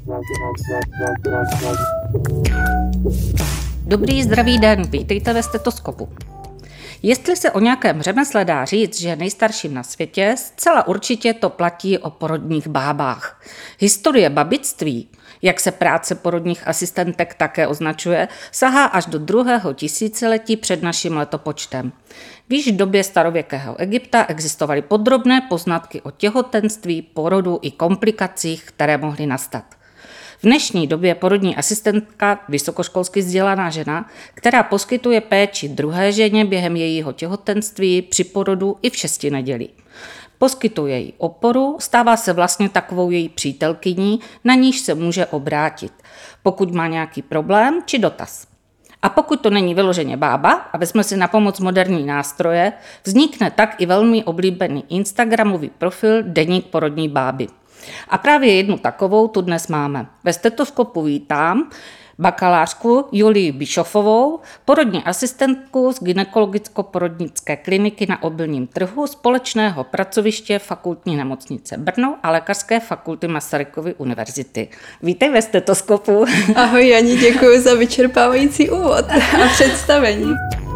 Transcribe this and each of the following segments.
Dobrý zdravý den, vítejte ve Stetoskopu. Jestli se o nějakém řemesle dá říct, že je nejstarším na světě, zcela určitě to platí o porodních bábách. Historie babictví, jak se práce porodních asistentek také označuje, sahá až do 2. tisíciletí před naším letopočtem. V již době starověkého Egypta existovaly podrobné poznatky o těhotenství, porodu i komplikacích, které mohly nastat. V dnešní době porodní asistentka vysokoškolsky vzdělaná žena, která poskytuje péči druhé ženě během jejího těhotenství, při porodu i v 6 nedělí. Poskytuje jí oporu, stává se vlastně takovou její přítelkyní, na níž se může obrátit, pokud má nějaký problém či dotaz. A pokud to není vyloženě bába a vezme si na pomoc moderní nástroje, vznikne tak i velmi oblíbený instagramový profil Deník porodní báby. A právě jednu takovou tu dnes máme. Ve Stetoskopu vítám bakalářku Julii Bišofovou, porodní asistentku z gynekologicko-porodnické kliniky na Obilním trhu, společného pracoviště Fakultní nemocnice Brno a Lékařské fakulty Masarykovy univerzity. Vítej ve Stetoskopu. Ahoj Jani, děkuji za vyčerpávající úvod a představení.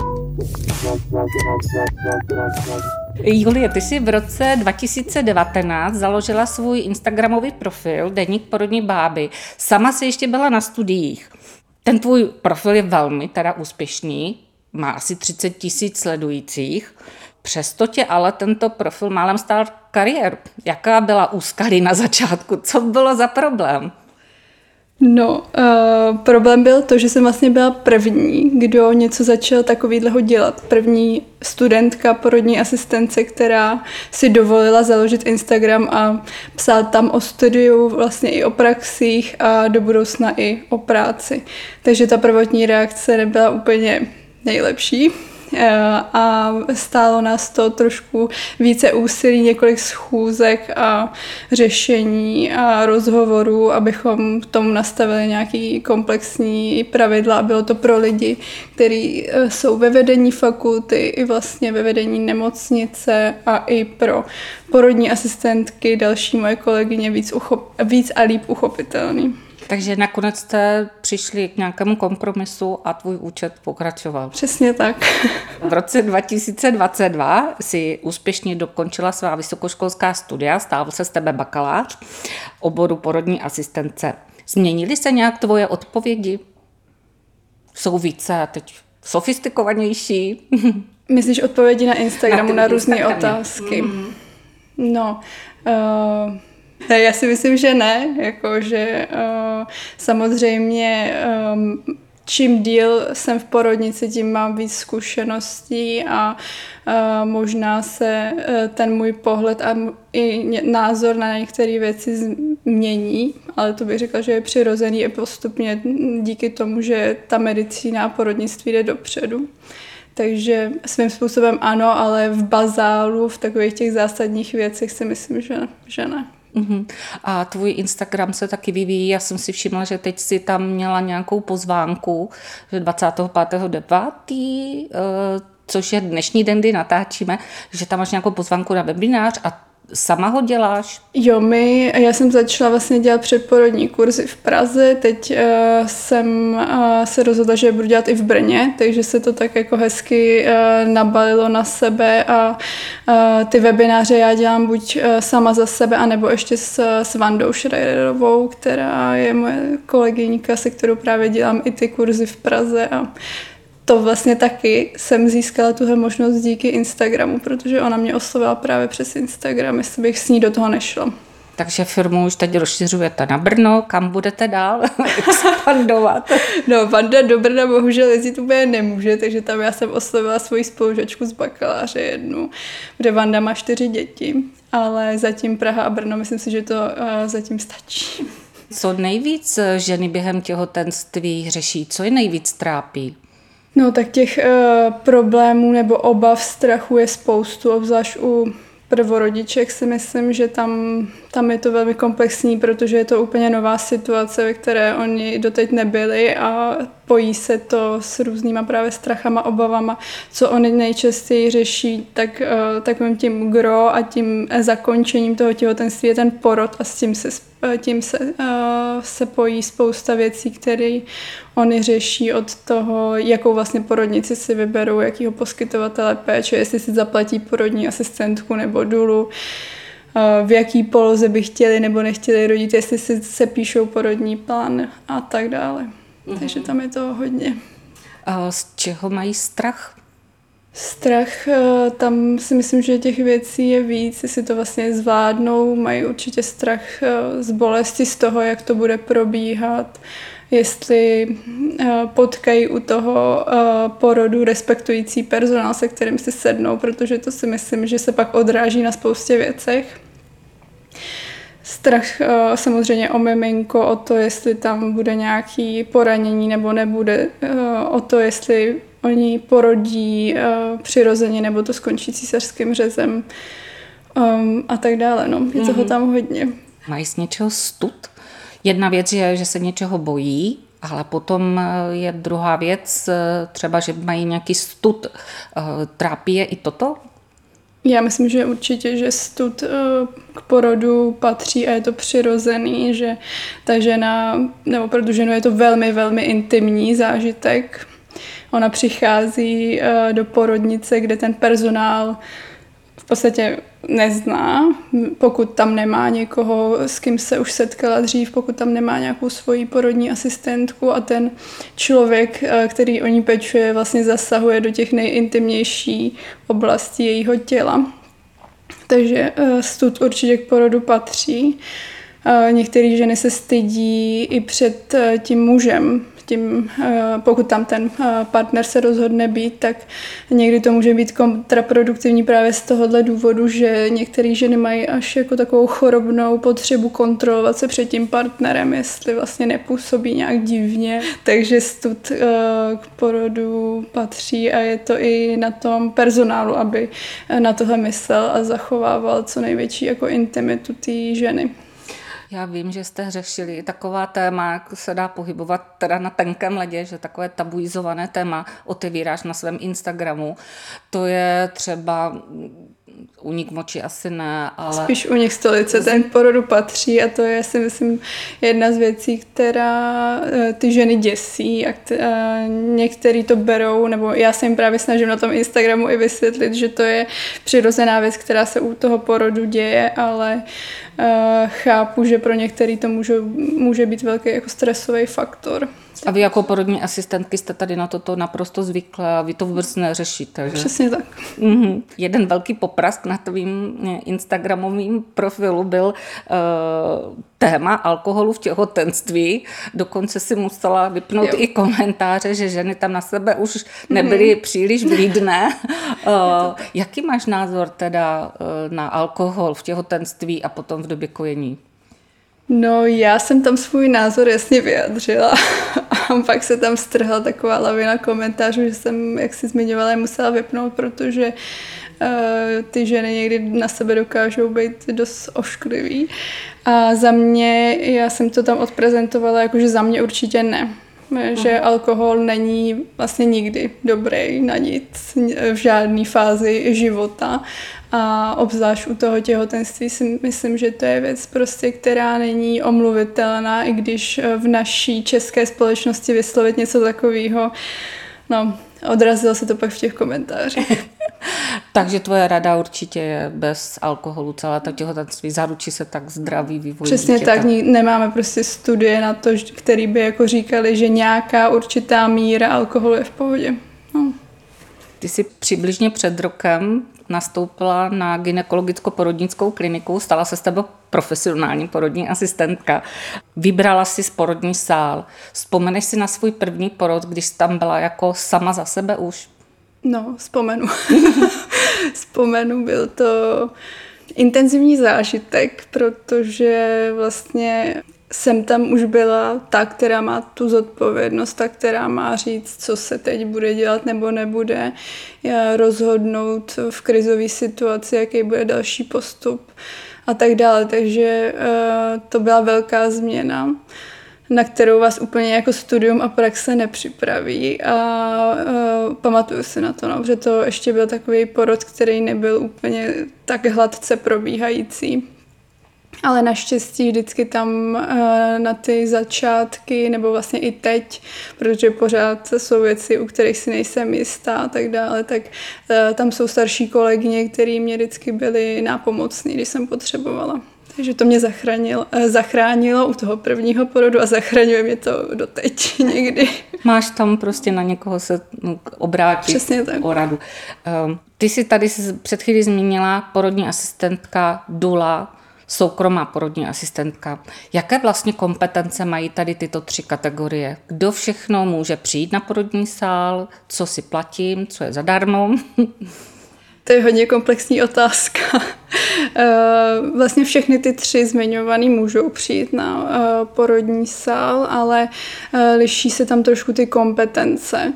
Julie, ty jsi v roce 2019 založila svůj instagramový profil Deník porodní báby. Sama jsi ještě byla na studiích. Ten tvůj profil je velmi teda úspěšný, má asi 30 000 sledujících. Přesto tě ale tento profil málem stál kariéru. Jaká byla úskalí na začátku? Co bylo za problém? No, problém byl to, že jsem vlastně byla první, kdo něco začal takovýhleho dělat. První studentka porodní asistence, která si dovolila založit Instagram a psát tam o studiu, vlastně i o praxích a do budoucna i o práci. Takže ta prvotní reakce nebyla úplně nejlepší. A stálo nás to trošku více úsilí, několik schůzek a řešení a rozhovorů, abychom tomu nastavili nějaký komplexní pravidla a bylo to pro lidi, kteří jsou ve vedení fakulty i vlastně ve vedení nemocnice a i pro porodní asistentky, další moje kolegyně víc a líp uchopitelný. Takže nakonec jste přišli k nějakému kompromisu a tvůj účet pokračoval. Přesně tak. V roce 2022 si úspěšně dokončila svá vysokoškolská studia, stál se z tebe bakalář oboru porodní asistence. Změnily se nějak tvoje odpovědi? Jsou více teď sofistikovanější? Myslíš odpovědi na Instagramu na různé otázky? No, já si myslím, že ne, jakože samozřejmě čím díl jsem v porodnici, tím mám víc zkušeností a možná se ten můj pohled a i názor na některé věci změní, ale to bych řekla, že je přirozený a postupně díky tomu, že ta medicína a porodnictví jde dopředu. Takže svým způsobem ano, ale v bazálu, v takových těch zásadních věcech si myslím, že ne. A tvůj Instagram se taky vyvíjí. Já jsem si všimla, že teď si tam měla nějakou pozvánku, že 25.9., což je dnešní den, kdy natáčíme, že tam máš nějakou pozvánku na webinář a sama ho děláš? Jo, já jsem začala vlastně dělat předporodní kurzy v Praze, teď jsem se rozhodla, že je budu dělat i v Brně, takže se to tak jako hezky nabalilo na sebe a ty webináře já dělám buď sama za sebe, anebo ještě s Vandou Schreierovou, která je moje kolegyňka, se kterou právě dělám i ty kurzy v Praze a to vlastně taky jsem získala tuhle možnost díky Instagramu, protože ona mě oslovila právě přes Instagram, jestli bych s ní do toho nešla. Takže firmu už teď rozšiřujete na Brno, kam budete dál expandovat? No, Vanda do Brna bohužel jezdit úplně nemůže, takže tam já jsem oslovila svoji spolužačku z bakaláře jednu, kde Vanda má 4 děti, ale zatím Praha a Brno, myslím si, že to zatím stačí. Co nejvíc ženy během těhotenství řeší? Co je nejvíc trápí? No tak těch problémů nebo obav, strachu je spoustu, obzvlášť u prvorodiček si myslím, že tam Tam je to velmi komplexní, protože je to úplně nová situace, ve které oni doteď nebyli a pojí se to s různýma právě strachama, obavama. Co oni nejčastěji řeší, tak takovým tím gro a tím zakončením toho těhotenství je ten porod a s tím se pojí spousta věcí, které oni řeší od toho, jakou vlastně porodnici si vyberou, jakýho poskytovatele péče, jestli si zaplatí porodní asistentku nebo dulu, v jaký poloze by chtěli nebo nechtěli rodit, jestli si se píšou porodní plán a tak dále. Takže tam je to hodně. A z čeho mají strach? Strach, tam si myslím, že těch věcí je víc, jestli to vlastně zvládnou, mají určitě strach z bolesti, z toho, jak to bude probíhat, jestli potkají u toho porodu respektující personál, se kterým si sednou, protože to si myslím, že se pak odráží na spoustě věcech. Strach samozřejmě o miminko, o to, jestli tam bude nějaké poranění nebo nebude, o to, jestli oni porodí přirozeně nebo to skončí císařským řezem a tak dále. No. Je toho tam hodně. Mají z něčeho stud? Jedna věc je, že se něčeho bojí, ale potom je druhá věc, třeba, že mají nějaký stud. Trápí je i toto? Já myslím, že určitě, že stud k porodu patří a je to přirozený, že ta žena, nebo pro tu ženu je to velmi, velmi intimní zážitek. Ona přichází do porodnice, kde ten personál v podstatě nezná, pokud tam nemá někoho, s kým se už setkala dřív, pokud tam nemá nějakou svoji porodní asistentku a ten člověk, který o ní pečuje, vlastně zasahuje do těch nejintimnější oblastí jejího těla. Takže stud určitě k porodu patří. Některé ženy se stydí i před tím mužem. Pokud tam ten partner se rozhodne být, tak někdy to může být kontraproduktivní právě z tohohle důvodu, že některé ženy mají až jako takovou chorobnou potřebu kontrolovat se před tím partnerem, jestli vlastně nepůsobí nějak divně. Takže stud k porodu patří a je to i na tom personálu, aby na tohle myslel a zachovával co největší jako intimitu té ženy. Já vím, že jste řešili taková téma, jak se dá pohybovat teda na tenkém ledě, že takové tabuizované téma otevíráš na svém Instagramu. To je třeba únik moči asi ne, ale... Spíš únik stolice, ten k porodu patří a to je, si myslím, jedna z věcí, která ty ženy děsí a některý to berou, nebo já se jim právě snažím na tom Instagramu i vysvětlit, že to je přirozená věc, která se u toho porodu děje, ale chápu, že pro některý to může být velký jako stresový faktor. A vy jako porodní asistentky jste tady na toto naprosto zvyklá a vy to vůbec neřešíte, že? Přesně tak. Jeden velký poprask na tvým instagramovým profilu byl téma alkoholu v těhotenství. Dokonce si musela vypnout i komentáře, že ženy tam na sebe už nebyly příliš vlídné. Jaký máš názor teda na alkohol v těhotenství a potom v době kojení? No, já jsem tam svůj názor jasně vyjadřila a pak se tam strhla taková lavina komentářů, že jsem, jak si zmiňovala, je musela vypnout, protože ty ženy někdy na sebe dokážou být dost ošklivý. A za mě, já jsem to tam odprezentovala, jakože za mě určitě ne. Že alkohol není vlastně nikdy dobrý na nic v žádné fázi života a obzvlášť u toho těhotenství si myslím, že to je věc prostě, která není omluvitelná, i když v naší české společnosti vyslovit něco takového, no, odrazilo se to pak v těch komentářích. Takže tvoje rada určitě je bez alkoholu celé to těhotenství, zaručí se tak zdravý vývoj Přesně dítěta. tak, nemáme prostě studie na to, který by jako říkali, že nějaká určitá míra alkoholu je v pohodě. No. Ty jsi přibližně před rokem nastoupila na gynekologicko-porodnickou kliniku, stala se s tebou profesionální porodní asistentka. Vybrala si porodní sál. Vzpomeneš si na svůj první porod, když jsi tam byla jako sama za sebe už? No, vzpomenu, byl to intenzivní zážitek, protože vlastně jsem tam už byla ta, která má tu zodpovědnost, ta, která má říct, co se teď bude dělat nebo nebude, rozhodnout v krizové situaci, jaký bude další postup. a tak dále. Takže to byla velká změna, na kterou vás úplně jako studium a praxe nepřipraví a pamatuju si na to, no, že to ještě byl takový porod, který nebyl úplně tak hladce probíhající. Ale naštěstí vždycky tam na ty začátky, nebo vlastně i teď, protože pořád jsou věci, u kterých si nejsem jistá a tak dále, tak tam jsou starší kolegyně, který mě vždycky byly nápomocný, když jsem potřebovala. Takže to mě zachránilo u toho prvního porodu a zachraňuje mě to doteď někdy. Máš tam prostě na někoho se obrátit. Přesně tak. O radu. Ty jsi tady před chvílí zmínila porodní asistentka, dula, soukromá porodní asistentka. Jaké vlastně kompetence mají tady tyto 3 kategorie? Kdo všechno může přijít na porodní sál, co si platím, co je zadarmo? To je hodně komplexní otázka. Vlastně všechny ty 3 zmiňované můžou přijít na porodní sál, ale liší se tam trošku ty kompetence.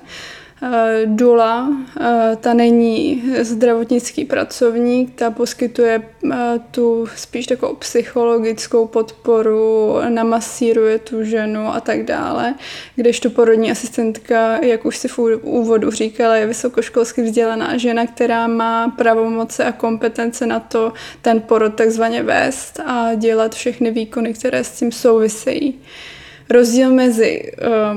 Dula, ta není zdravotnický pracovník, ta poskytuje tu spíš takovou psychologickou podporu, namasíruje tu ženu a tak dále, kdežto porodní asistentka, jak už si v úvodu říkala, je vysokoškolsky vzdělaná žena, která má pravomoce a kompetence na to ten porod takzvaně vést a dělat všechny výkony, které s tím souvisejí. Rozdíl mezi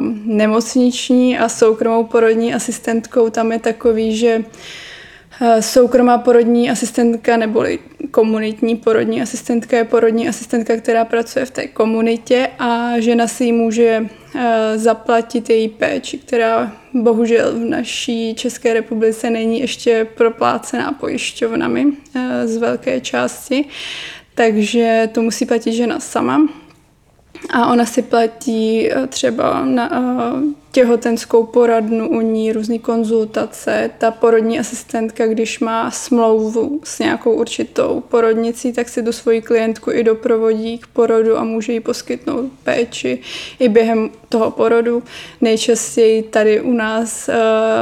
nemocniční a soukromou porodní asistentkou tam je takový, že soukromá porodní asistentka neboli komunitní porodní asistentka je porodní asistentka, která pracuje v té komunitě a žena si ji může zaplatit její péči, která bohužel v naší České republice není ještě proplácená pojišťovnami z velké části, takže to musí platit žena sama. A ona si platí třeba na těhotenskou poradnu u ní, různé konzultace. Ta porodní asistentka, když má smlouvu s nějakou určitou porodnicí, tak si tu svoji klientku i doprovodí k porodu a může jí poskytnout péči i během toho porodu. Nejčastěji tady u nás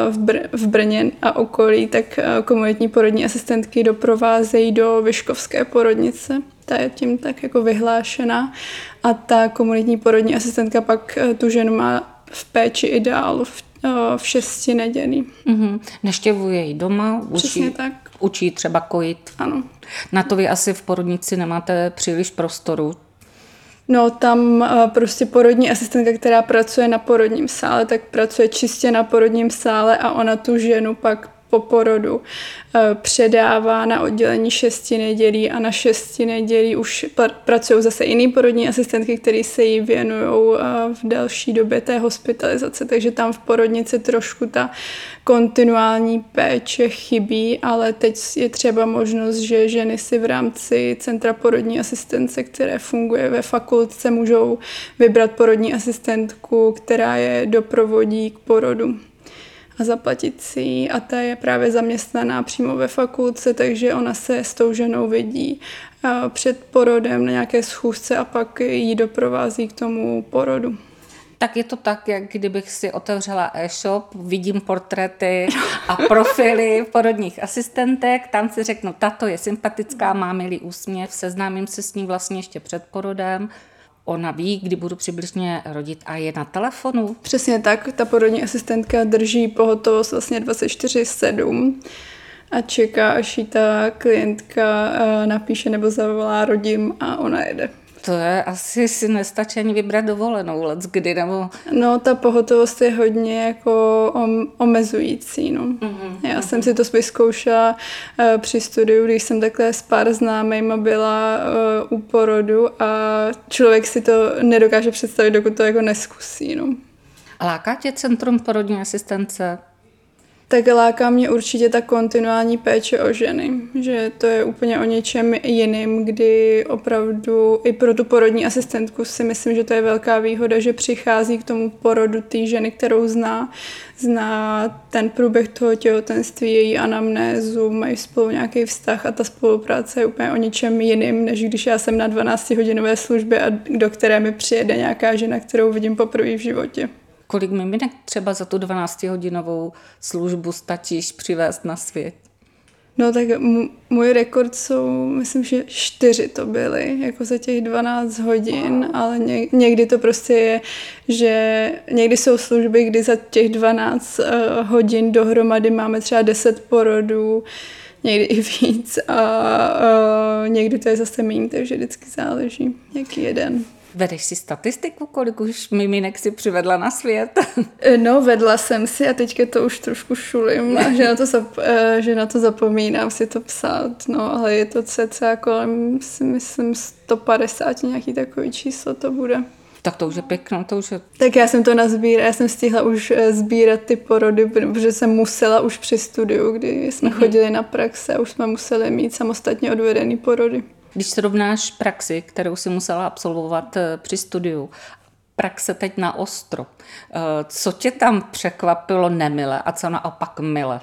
v Brně a okolí, tak komunitní porodní asistentky doprovázejí do Vyškovské porodnice. Ta je tím tak jako vyhlášená a ta komunitní porodní asistentka pak tu ženu má v péči i dál v 6 nedělí. Mm-hmm. Neštěvuje ji doma, učí třeba kojit. Ano. Na to vy asi v porodnici nemáte příliš prostoru. No tam prostě porodní asistentka, která pracuje na porodním sále, tak pracuje čistě na porodním sále a ona tu ženu pak po porodu předává na oddělení 6 nedělí a na 6 nedělí už pracují zase jiný porodní asistentky, které se jí věnují v další době té hospitalizace, takže tam v porodnici trošku ta kontinuální péče chybí, ale teď je třeba možnost, že ženy si v rámci Centra porodní asistence, které funguje ve fakultce, můžou vybrat porodní asistentku, která je doprovodí k porodu a zaplatit si ji a ta je právě zaměstnaná přímo ve fakultce, takže ona se s tou ženou vidí před porodem na nějaké schůzce a pak ji doprovází k tomu porodu. Tak je to tak, jak kdybych si otevřela e-shop, vidím portréty a profily porodních asistentek, tam si řeknu, tato je sympatická, má milý úsměv, seznámím se s ní vlastně ještě před porodem. Ona ví, kdy budu přibližně rodit a je na telefonu. Přesně tak, ta porodní asistentka drží pohotovost vlastně 24/7 a čeká, až jí ta klientka napíše nebo zavolá rodím a ona jede. To je asi si nestačí ani vybrat dovolenou leckdy, nebo... No, ta pohotovost je hodně jako omezující, no. Já jsem si to vyzkoušela při studiu, když jsem takhle s pár známejma byla u porodu a člověk si to nedokáže představit, dokud to jako neskusí, no. Láká tě Centrum porodní asistence? Tak láká mě určitě ta kontinuální péče o ženy, že to je úplně o něčem jiným, kdy opravdu i pro tu porodní asistentku si myslím, že to je velká výhoda, že přichází k tomu porodu té ženy, kterou zná ten průběh toho těhotenství, její anamnézu, mají spolu nějaký vztah a ta spolupráce je úplně o něčem jiným, než když já jsem na 12-hodinové službě a do které mi přijede nějaká žena, kterou vidím poprvé v životě. Kolik miminek třeba za tu 12hodinovou službu stačíš přivést na svět? No tak můj rekord jsou, myslím, že 4 to byly, jako za těch 12 hodin, ale někdy to prostě je, že někdy jsou služby, kdy za těch 12 hodin dohromady máme třeba 10 porodů, někdy i víc a někdy to je zase méně, takže vždycky záleží, jaký jeden. Vedeš si statistiku, kolik už miminek si přivedla na svět? No, vedla jsem si a teďka to už trošku šulím, a že na to zapomínám si to psát, no, ale je to cca kolem, si myslím, 150, nějaký takový číslo to bude. Tak to už je pěkno, to už je... Tak já jsem to nazbírala, já jsem stihla už sbírat ty porody, protože jsem musela už při studiu, kdy jsme chodili na praxe a už jsme museli mít samostatně odvedený porody. Když srovnáš praxi, kterou si musela absolvovat při studiu, praxe teď na ostro, co tě tam překvapilo nemile a co naopak mile?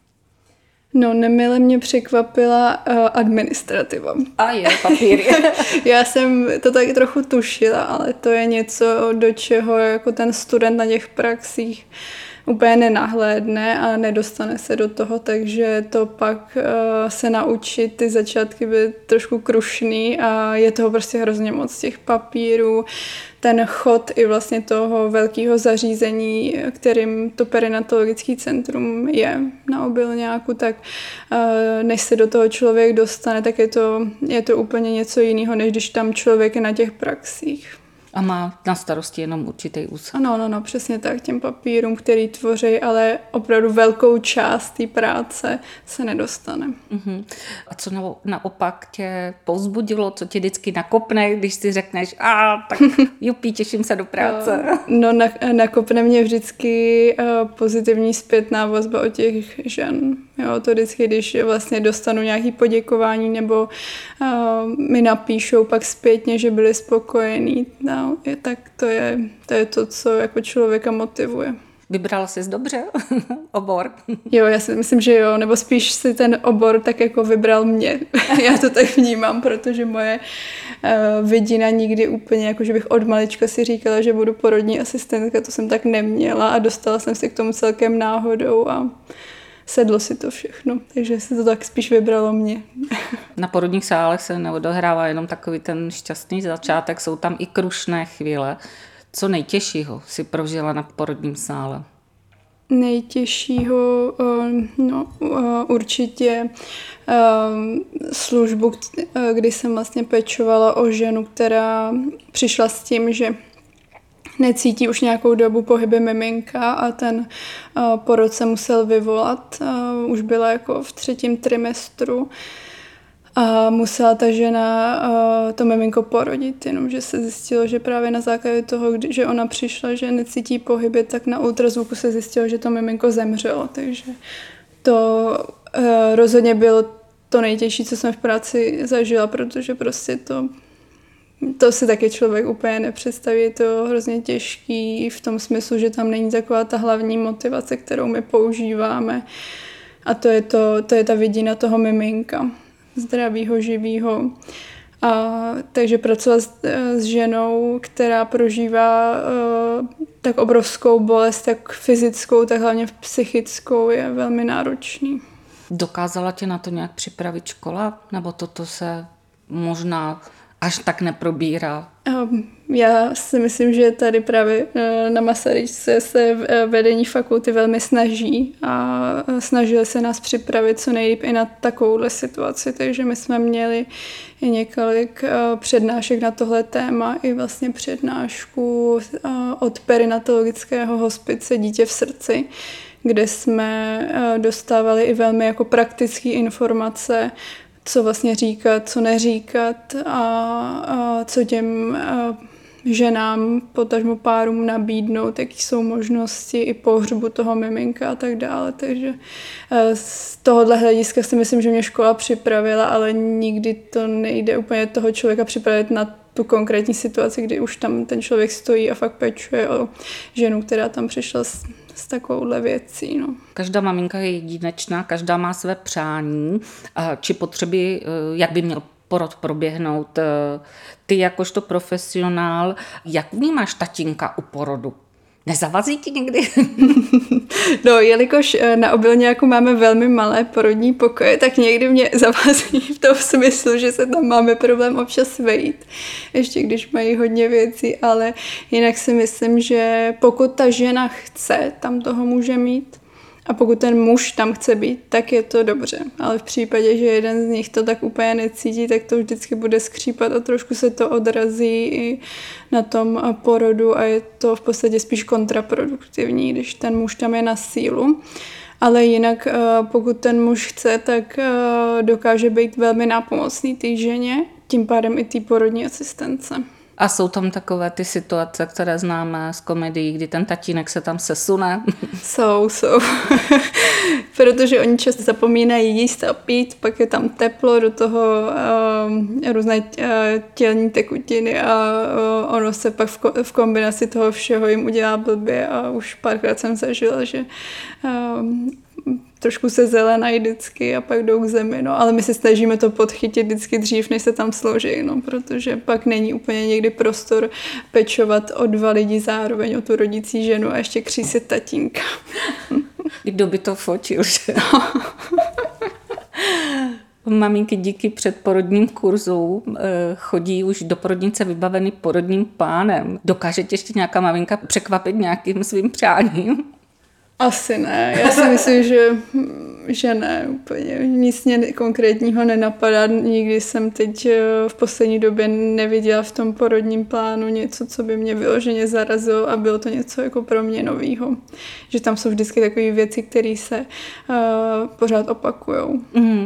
No, nemile mě překvapila administrativa. A je, papíry. Já jsem to tak trochu tušila, ale to je něco, do čeho jako ten student na těch praxích úplně nenahlédne a nedostane se do toho, takže to pak se naučit, ty začátky byly trošku krušný a je toho prostě hrozně moc těch papírů, ten chod i vlastně toho velkého zařízení, kterým to perinatologické centrum je na Obilňáku, tak než se do toho člověk dostane, tak je to úplně něco jiného, než když tam člověk je na těch praxích. A má na starosti jenom určitý úsek. Ano, přesně tak, těm papírům, který tvoří, ale opravdu velkou část té práce se nedostane. Uh-huh. A co naopak tě povzbudilo, co tě vždycky nakopne, když si řekneš, tak jupí, těším se do práce. No, nakopne mě vždycky pozitivní zpětná vazba od těch žen. Jo, to vždycky, když vlastně dostanu nějaké poděkování nebo mi napíšou pak zpětně, že byli spokojení, no, tak to je to, co jako člověka motivuje. Vybrala jsi dobře obor? Jo, já si myslím, že jo, nebo spíš si ten obor tak jako vybral mě. Já to tak vnímám, protože moje vidina nikdy úplně, jako že bych od malička si říkala, že budu porodní asistentka, to jsem tak neměla a dostala jsem se k tomu celkem náhodou a sedlo si to všechno, takže se to tak spíš vybralo mě. Na porodních sálech se neodohrává jenom takový ten šťastný začátek, jsou tam i krušné chvíle. Co nejtěžšího si prožila na porodním sále? Nejtěžšího, určitě službu, kdy jsem vlastně pečovala o ženu, která přišla s tím, že necítí už nějakou dobu pohyby miminka a ten porod se musel vyvolat. Už byla jako v 3. trimestru a musela ta žena to miminko porodit, jenomže se zjistilo, že právě na základě toho, že ona přišla, že necítí pohyby, tak na ultrazvuku se zjistilo, že to miminko zemřelo. Takže to rozhodně bylo to nejtěžší, co jsem v práci zažila, protože prostě to si taky člověk úplně nepředstaví, je to hrozně těžký v tom smyslu, že tam není taková ta hlavní motivace, kterou my používáme a to je ta vidina toho miminka, zdravýho, živýho. Takže pracovat s ženou, která prožívá tak obrovskou bolest, tak fyzickou, tak hlavně psychickou, je velmi náročný. Dokázala tě na to nějak připravit škola? Nebo toto se možná až tak neprobírá? Já si myslím, že tady právě na Masaryčce se vedení fakulty velmi snaží a snažili se nás připravit co nejlíp i na takovouhle situaci, takže my jsme měli i několik přednášek na tohle téma, i vlastně přednášku od perinatologického hospice Dítě v srdci, kde jsme dostávali i velmi jako praktické informace, co vlastně říkat, co neříkat a co těm ženám, potažmo párům nabídnout, jaký jsou možnosti i pohřbu toho miminka a tak dále. Takže z tohohle hlediska si myslím, že mě škola připravila, ale nikdy to nejde úplně toho člověka připravit na tu konkrétní situaci, kdy už tam ten člověk stojí a fakt pečuje o ženu, která tam přišla s takovouhle věcí. No. Každá maminka je jedinečná, každá má své přání či potřeby, jak by měl porod proběhnout. Ty jakožto profesionál, jak vnímáš tatínka u porodu? Nezavazí ti někdy? No, jelikož na obilňáku máme velmi malé porodní pokoje, tak někdy mě zavazí v tom smyslu, že se tam máme problém občas vejít, ještě když mají hodně věcí, ale jinak si myslím, že pokud ta žena chce, tam toho může mít. A pokud ten muž tam chce být, tak je to dobře. Ale v případě, že jeden z nich to tak úplně necítí, tak to vždycky bude skřípat a trošku se to odrazí i na tom porodu a je to v podstatě spíš kontraproduktivní, když ten muž tam je na sílu. Ale jinak, pokud ten muž chce, tak dokáže být velmi nápomocný té ženě, tím pádem i té porodní asistence. A jsou tam takové ty situace, které známe z komedií, kdy ten tatínek se tam sesune? Jsou. Protože oni často zapomínají jíst a pít, pak je tam teplo, do toho různé tělní tekutiny a ono se pak v kombinaci toho všeho jim udělá blbě a už párkrát jsem zažila, že trošku se zelenají vždycky a pak jdou k zemi, no, ale my se snažíme to podchytit vždycky dřív, než se tam složí, no, protože pak není úplně někdy prostor pečovat o 2 lidi zároveň, o tu rodící ženu a ještě křísit tatínka. Kdo by to fotil, že? Maminky díky předporodním kurzům chodí už do porodnice vybavený porodním plánem. Dokáže tě ještě nějaká maminka překvapit nějakým svým přáním? Asi ne, já si myslím, že ne úplně. Nic mě konkrétního nenapadá. Nikdy jsem teď v poslední době neviděla v tom porodním plánu něco, co by mě vyloženě zarazilo a bylo to něco jako pro mě novýho. Že tam jsou vždycky takové věci, které se pořád opakujou.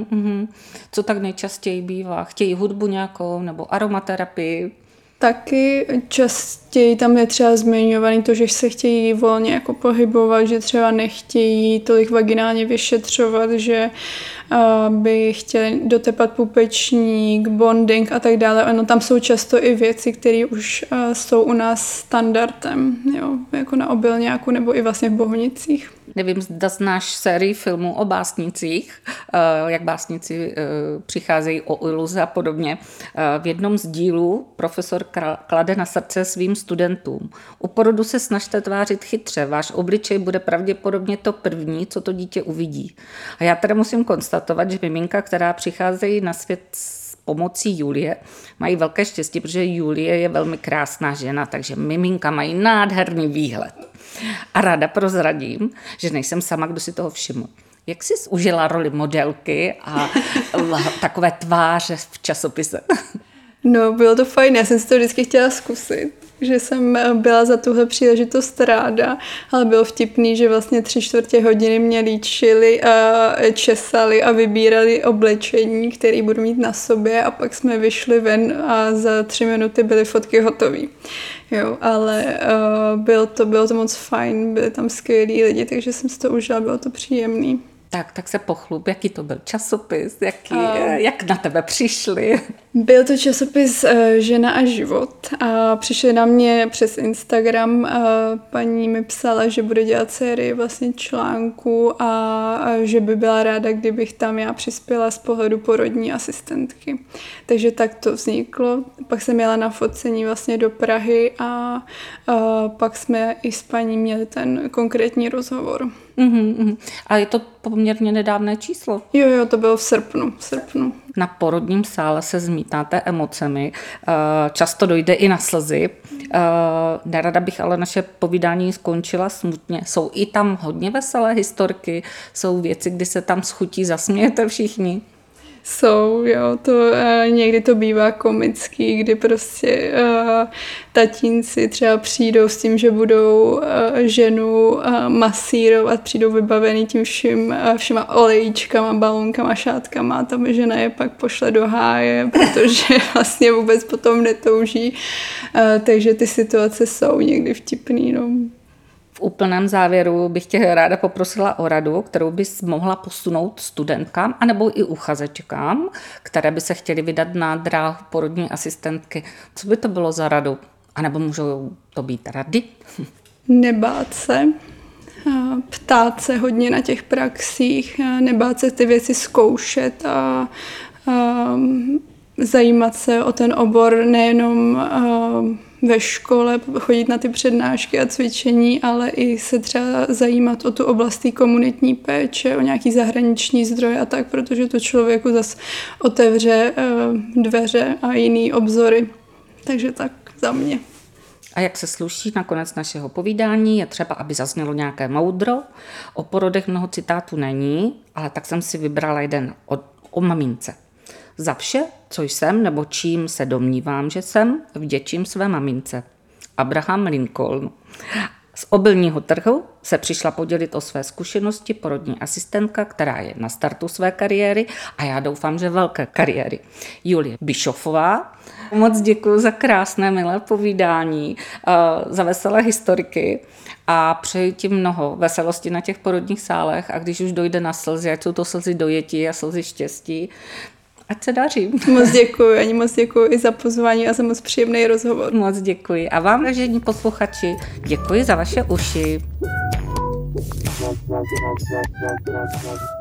Co tak nejčastěji bývá? Chtějí hudbu nějakou nebo aromaterapii? Taky častěji tam je třeba zmiňovaný to, že se chtějí volně jako pohybovat, že třeba nechtějí tolik vaginálně vyšetřovat, že by chtěli dotepat pupečník, bonding a tak dále. Ono tam jsou často i věci, které už jsou u nás standardem, jo, jako na obilňáku nebo i vlastně v Bohunicích. Nevím, zda znáš sérii filmů o básnicích, jak básnici přicházejí o iluze a podobně. V jednom z dílů profesor klade na srdce svým studentům. U porodu se snažte tvářit chytře, váš obličej bude pravděpodobně to první, co to dítě uvidí. A já teda musím konstatovat, že miminka, která přicházejí na svět s pomocí Julie, mají velké štěstí, protože Julie je velmi krásná žena, takže miminka mají nádherný výhled. A ráda prozradím, že nejsem sama, kdo si toho všiml. Jak jsi užila roli modelky a takové tváře v časopise? No, bylo to fajn, já jsem si to vždycky chtěla zkusit, že jsem byla za tuhle příležitost ráda, ale bylo vtipný, že vlastně 3/4 hodiny mě líčili a česali a vybírali oblečení, které budu mít na sobě a pak jsme vyšli ven a za 3 minuty byly fotky hotové. Jo, ale bylo to moc fajn, byli tam skvělí lidi, takže jsem si to užila, bylo to příjemný. Tak se pochlup, jaký to byl časopis, jak na tebe přišli? Byl to časopis Žena a život a přišli na mě přes Instagram. Paní mi psala, že bude dělat sérii vlastně článků a že by byla ráda, kdybych tam já přispěla z pohledu porodní asistentky. Takže tak to vzniklo. Pak jsem jela na focení vlastně do Prahy a pak jsme i s paní měli ten konkrétní rozhovor. A je to poměrně nedávné číslo? Jo, to bylo v srpnu. Na porodním sále se zmítáte emocemi, často dojde i na slzy. Nerada bych ale naše povídání skončila smutně. Jsou i tam hodně veselé historky, jsou věci, kdy se tam s chutí zasmějete všichni? Jsou, jo, někdy to bývá komický, kdy prostě tatínci třeba přijdou s tím, že budou ženu masírovat, přijdou vybavený tím všema olejíčkama, balónkama, šátkama a ta žena je pak pošle do háje, protože vlastně vůbec potom netouží, takže ty situace jsou někdy vtipný, no. V úplném závěru bych tě ráda poprosila o radu, kterou bys mohla posunout studentkám anebo i uchazečkám, které by se chtěly vydat na dráhu porodní asistentky. Co by to bylo za radu? A nebo můžou to být rady? Nebát se, ptát se hodně na těch praxích, nebát se ty věci zkoušet a zajímat se o ten obor nejenom ve škole chodit na ty přednášky a cvičení, ale i se třeba zajímat o tu oblast té komunitní péče, o nějaký zahraniční zdroje a tak, protože to člověku zase otevře dveře a jiný obzory. Takže tak za mě. A jak se sluší na konec našeho povídání, je třeba, aby zaznělo nějaké moudro. O porodech mnoho citátů není, ale tak jsem si vybrala jeden o mamince. Za vše, co jsem nebo čím se domnívám, že jsem, vděčím své mamince. Abraham Lincoln. Z obilního trhu se přišla podělit o své zkušenosti porodní asistentka, která je na startu své kariéry a já doufám, že velké kariéry. Julie Bišofová. Moc děkuji za krásné, milé povídání, za veselé historiky a přeji ti mnoho veselosti na těch porodních sálech a když už dojde na slzy, ať jsou to slzy dojetí a slzy štěstí, ať se daří. Moc děkuji i za pozvání a za moc příjemný rozhovor. Moc děkuji. A vám, vážení posluchači, děkuji za vaše uši.